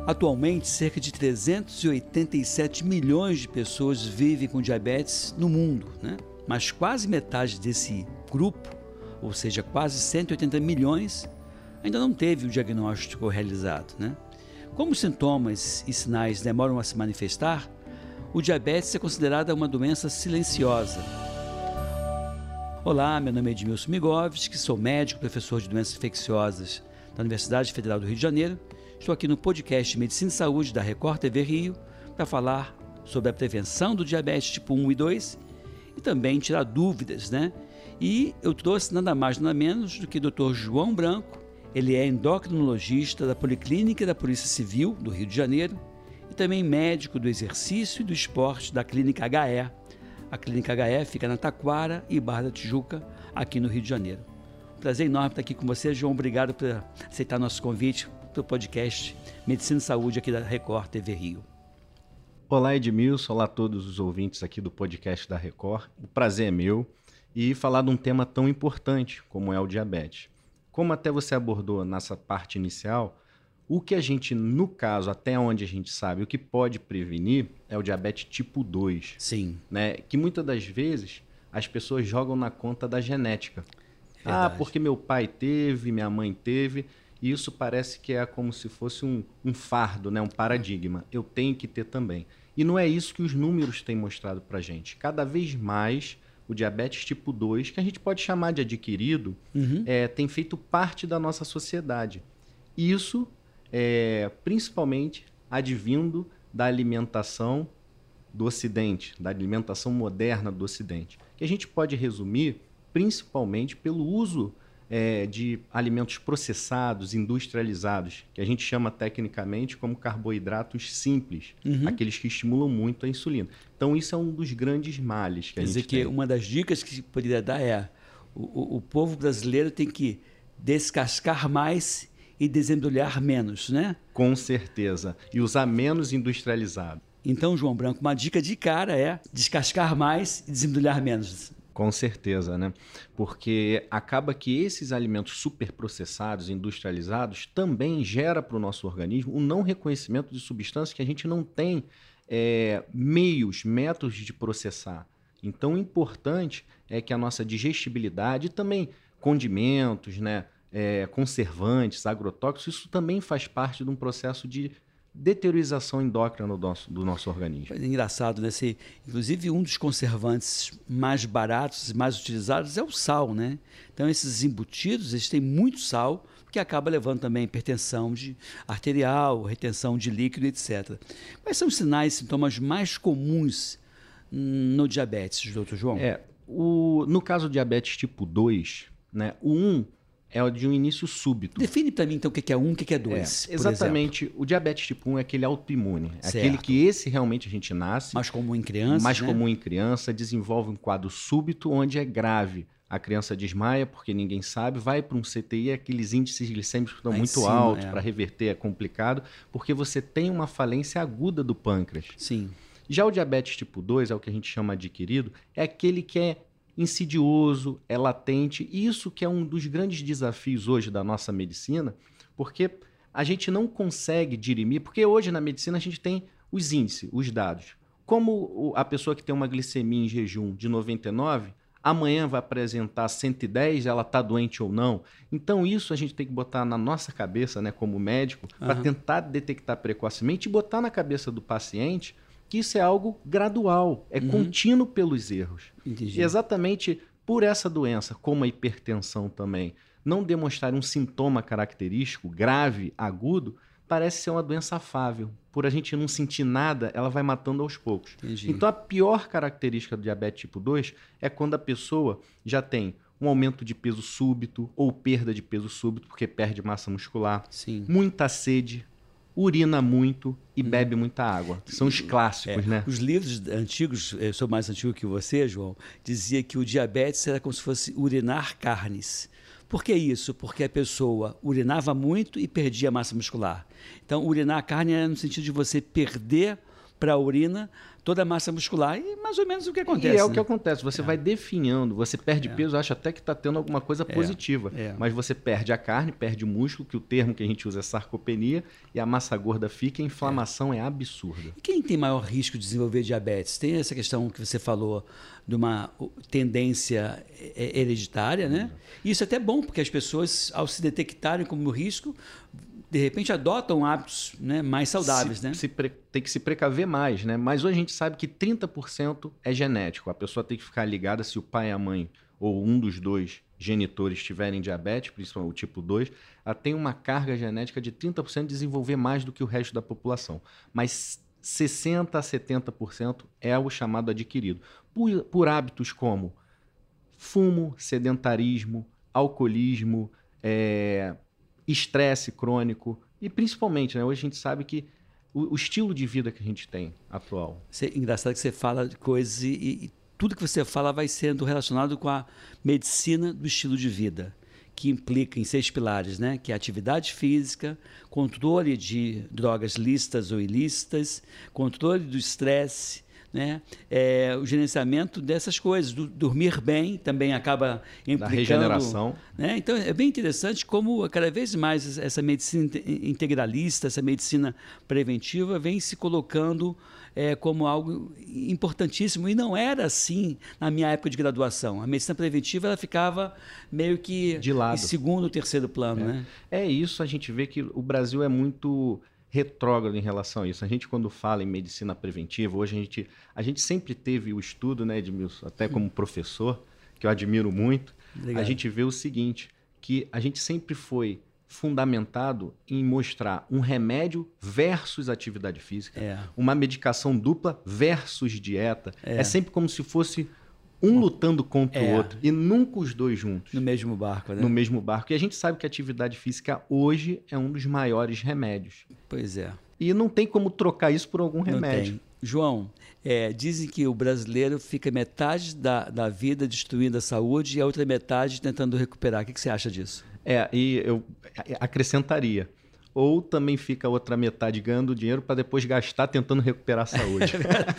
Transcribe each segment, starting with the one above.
Atualmente, cerca de 387 milhões de pessoas vivem com diabetes no mundo, né? Mas quase metade desse grupo, ou seja, quase 180 milhões, ainda não teve o diagnóstico realizado, né? Como os sintomas e sinais demoram a se manifestar, o diabetes é considerada uma doença silenciosa. Olá, meu nome é Edmilson Migovski, sou médico, professor de doenças infecciosas da Universidade Federal do Rio de Janeiro. Estou aqui no podcast Medicina e Saúde da Record TV Rio para falar sobre a prevenção do diabetes tipo 1 e 2 e também tirar dúvidas, né? E eu trouxe nada mais nada menos do que o Dr. João Branco. Ele é endocrinologista da Policlínica da Polícia Civil do Rio de Janeiro e também médico do exercício e do esporte da Clínica HE. A Clínica HE fica na Taquara e Barra da Tijuca, aqui no Rio de Janeiro. Prazer enorme estar aqui com você, João. Obrigado por aceitar nosso convite para o podcast Medicina e Saúde aqui da Record TV Rio. Olá, Edmilson. Olá a todos os ouvintes aqui do podcast da Record. O prazer é meu e falar de um tema tão importante como é o diabetes. Como até você abordou nessa parte inicial, o que a gente, no caso, até onde a gente sabe, o que pode prevenir é o diabetes tipo 2. Sim. Né? Que muitas das vezes as pessoas jogam na conta da genética. Verdade. Porque meu pai teve, minha mãe teve. E isso parece que é como se fosse um fardo, né? Um paradigma. Eu tenho que ter também. E não é isso que os números têm mostrado para a gente. Cada vez mais o diabetes tipo 2, que a gente pode chamar de adquirido, tem feito parte da nossa sociedade. Isso principalmente advindo da alimentação do Ocidente, da alimentação moderna do Ocidente, que a gente pode resumir principalmente pelo uso de alimentos processados, industrializados, que a gente chama tecnicamente como carboidratos simples, aqueles que estimulam muito a insulina. Então isso é um dos grandes males que a gente tem. Quer dizer que uma das dicas que poderia dar é o povo brasileiro tem que descascar mais e desembrulhar menos, né? Com certeza. E usar menos industrializado. Então, João Branco, uma dica de cara é descascar mais e desembrulhar menos. Com certeza, né? Porque acaba que esses alimentos superprocessados, industrializados, também gera para o nosso organismo um não reconhecimento de substâncias que a gente não tem métodos de processar. Então, o importante é que a nossa digestibilidade e também condimentos, né? Conservantes, agrotóxicos, isso também faz parte de um processo de deteriorização endócrina do nosso organismo. É engraçado, né? Inclusive, um dos conservantes mais baratos e mais utilizados é o sal, né? Então, esses embutidos, eles têm muito sal, que acaba levando também hipertensão arterial, retenção de líquido, etc. Quais são os sinais e sintomas mais comuns no diabetes, doutor João? No caso do diabetes tipo 2, né, o 1 é o de um início súbito. Define para mim, então, o que é 1 e o que é 2, exatamente. O diabetes tipo 1 é aquele autoimune. É aquele que realmente a gente nasce. Mais comum em criança. Mais comum em criança, desenvolve um quadro súbito, onde é grave. A criança desmaia, porque ninguém sabe, vai para um CTI, aqueles índices glicêmicos estão muito altos, para reverter é complicado, porque você tem uma falência aguda do pâncreas. Sim. Já o diabetes tipo 2, é o que a gente chama adquirido, é aquele que é insidioso, é latente, e isso que é um dos grandes desafios hoje da nossa medicina, porque a gente não consegue dirimir, porque hoje na medicina a gente tem os índices, os dados. Como a pessoa que tem uma glicemia em jejum de 99, amanhã vai apresentar 110, ela está doente ou não. Então isso a gente tem que botar na nossa cabeça, né, como médico, para tentar detectar precocemente e botar na cabeça do paciente que isso é algo gradual, é contínuo pelos erros. Entendi. E exatamente por essa doença, como a hipertensão também, não demonstrar um sintoma característico, grave, agudo, parece ser uma doença afável. Por a gente não sentir nada, ela vai matando aos poucos. Entendi. Então a pior característica do diabetes tipo 2 é quando a pessoa já tem um aumento de peso súbito ou perda de peso súbito, porque perde massa muscular, muita sede, urina muito e bebe muita água. São os clássicos, né? Os livros antigos, eu sou mais antigo que você, João, dizia que o diabetes era como se fosse urinar carnes. Por que isso? Porque a pessoa urinava muito e perdia massa muscular. Então, urinar carne era no sentido de você perder para a urina toda a massa muscular e mais ou menos o que acontece. E é o que acontece, você vai definhando, você perde peso, acha até que está tendo alguma coisa positiva, mas você perde a carne, perde o músculo, que o termo que a gente usa é sarcopenia, e a massa gorda fica, a inflamação é absurda. E quem tem maior risco de desenvolver diabetes? Tem essa questão que você falou de uma tendência hereditária, né? Isso é até bom, porque as pessoas, ao se detectarem como risco, de repente adotam hábitos, né, mais saudáveis, né? Tem que se precaver mais, né? Mas hoje a gente sabe que 30% é genético. A pessoa tem que ficar ligada se o pai e a mãe, ou um dos dois genitores, tiverem diabetes, principalmente o tipo 2, ela tem uma carga genética de 30% de desenvolver mais do que o resto da população. Mas 60% a 70% é o chamado adquirido. Por hábitos como fumo, sedentarismo, alcoolismo, estresse crônico e principalmente, né, hoje a gente sabe que o estilo de vida que a gente tem atual. Engraçado que você fala de coisas e tudo que você fala vai sendo relacionado com a medicina do estilo de vida, que implica em 6 pilares, né? Que é atividade física, controle de drogas lícitas ou ilícitas, controle do estresse, né? O gerenciamento dessas coisas, dormir bem também acaba implicando... Da regeneração. Né? Então, é bem interessante como cada vez mais essa medicina integralista, essa medicina preventiva vem se colocando como algo importantíssimo. E não era assim na minha época de graduação. A medicina preventiva ela ficava meio que de lado, em segundo ou terceiro plano. Né? Isso, a gente vê que o Brasil é muito retrógrado em relação a isso. A gente, quando fala em medicina preventiva, hoje a gente sempre teve o estudo, né, Edmilson, até como professor, que eu admiro muito. Obrigado. A gente vê o seguinte, que a gente sempre foi fundamentado em mostrar um remédio versus atividade física, uma medicação dupla versus dieta. É sempre como se fosse um lutando contra o outro e nunca os dois juntos. No mesmo barco, né? No mesmo barco. E a gente sabe que a atividade física hoje é um dos maiores remédios. Pois é. E não tem como trocar isso por algum remédio. Não tem. João, dizem que o brasileiro fica metade da vida destruindo a saúde e a outra metade tentando recuperar. O que você acha disso? E eu acrescentaria. Ou também fica a outra metade ganhando dinheiro para depois gastar tentando recuperar a saúde.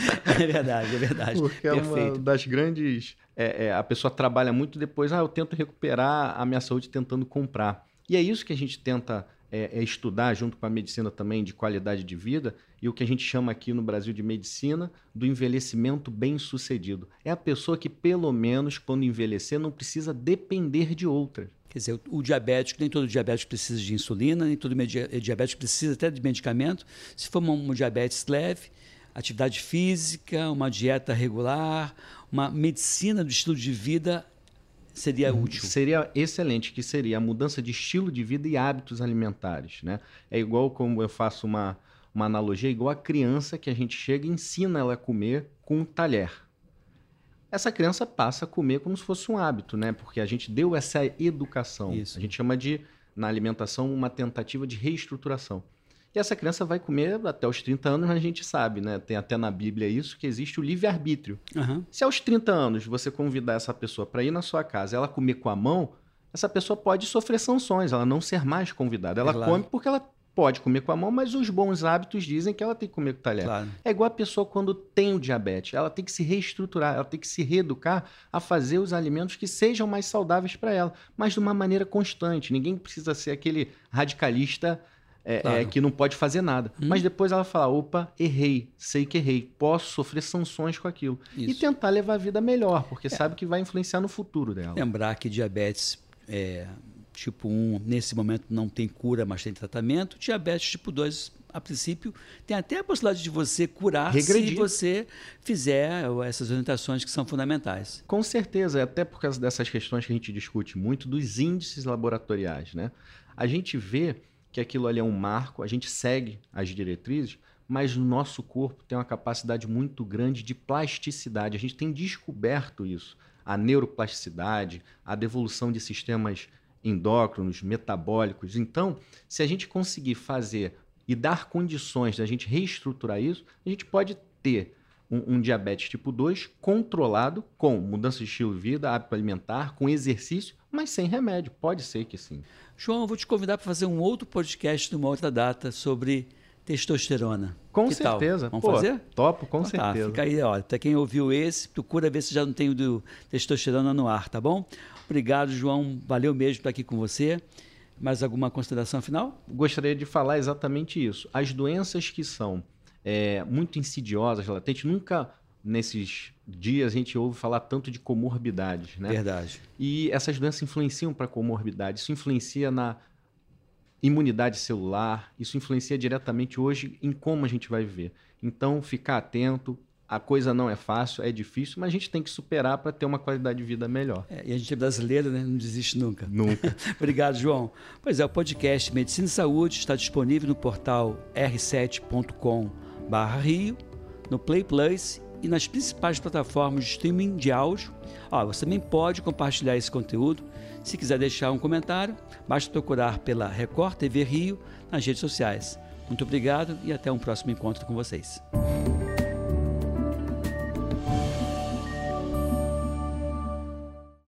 É verdade. Porque perfeito. É uma das grandes... a pessoa trabalha muito depois, eu tento recuperar a minha saúde tentando comprar. E é isso que a gente tenta estudar junto com a medicina também de qualidade de vida e o que a gente chama aqui no Brasil de medicina do envelhecimento bem-sucedido. É a pessoa que, pelo menos, quando envelhecer, não precisa depender de outra. Quer dizer, o diabético, nem todo diabético precisa de insulina, nem todo diabético precisa até de medicamento. Se for um diabetes leve, atividade física, uma dieta regular, uma medicina do estilo de vida seria útil. Seria excelente, que seria a mudança de estilo de vida e hábitos alimentares, né? É igual como eu faço uma analogia, igual a criança que a gente chega e ensina ela a comer com um talher. Essa criança passa a comer como se fosse um hábito, né? Porque a gente deu essa educação. Isso. A gente chama na alimentação, uma tentativa de reestruturação. E essa criança vai comer até os 30 anos, a gente sabe, né? Tem até na Bíblia isso, que existe o livre-arbítrio. Uhum. Se aos 30 anos você convidar essa pessoa para ir na sua casa, ela comer com a mão, essa pessoa pode sofrer sanções, ela não ser mais convidada. Ela come porque ela pode comer com a mão, mas os bons hábitos dizem que ela tem que comer com o talher. Claro. É igual a pessoa quando tem o diabetes. Ela tem que se reestruturar, ela tem que se reeducar a fazer os alimentos que sejam mais saudáveis para ela, mas de uma maneira constante. Ninguém precisa ser aquele radicalista que não pode fazer nada. Mas depois ela fala, opa, errei, sei que errei, posso sofrer sanções com aquilo. Isso. E tentar levar a vida melhor, porque sabe que vai influenciar no futuro dela. Lembrar que diabetes tipo 1, nesse momento não tem cura, mas tem tratamento. Diabetes tipo 2, a princípio, tem até a possibilidade de você curar se você fizer essas orientações que são fundamentais. Com certeza, até por causa dessas questões que a gente discute muito, dos índices laboratoriais, né? A gente vê que aquilo ali é um marco, a gente segue as diretrizes, mas o nosso corpo tem uma capacidade muito grande de plasticidade. A gente tem descoberto isso. A neuroplasticidade, a devolução de sistemas endócrinos, metabólicos. Então, se a gente conseguir fazer e dar condições da gente reestruturar isso, a gente pode ter um diabetes tipo 2 controlado com mudança de estilo de vida, hábito alimentar, com exercício, mas sem remédio. Pode ser que sim. João, eu vou te convidar para fazer um outro podcast numa outra data sobre testosterona. Com que certeza. Tal? Vamos fazer? Topo, com então, certeza. Tá, fica aí, ó. Até quem ouviu esse, procura ver se já não tem o do testosterona no ar, tá bom? Obrigado, João. Valeu mesmo por estar aqui com você. Mais alguma consideração final? Gostaria de falar exatamente isso. As doenças que são muito insidiosas, latentes, nunca nesses dias a gente ouve falar tanto de comorbidades, né? Verdade. E essas doenças influenciam para comorbidades. Isso influencia na imunidade celular, isso influencia diretamente hoje em como a gente vai viver. Então, ficar atento. A coisa não é fácil, é difícil, mas a gente tem que superar para ter uma qualidade de vida melhor. E a gente é brasileiro, né? Não desiste nunca. Nunca. Obrigado, João. Pois é, o podcast Medicina e Saúde está disponível no portal r7.com/Rio, no Play Plus e nas principais plataformas de streaming de áudio. Você também pode compartilhar esse conteúdo. Se quiser deixar um comentário, basta procurar pela Record TV Rio nas redes sociais. Muito obrigado e até um próximo encontro com vocês.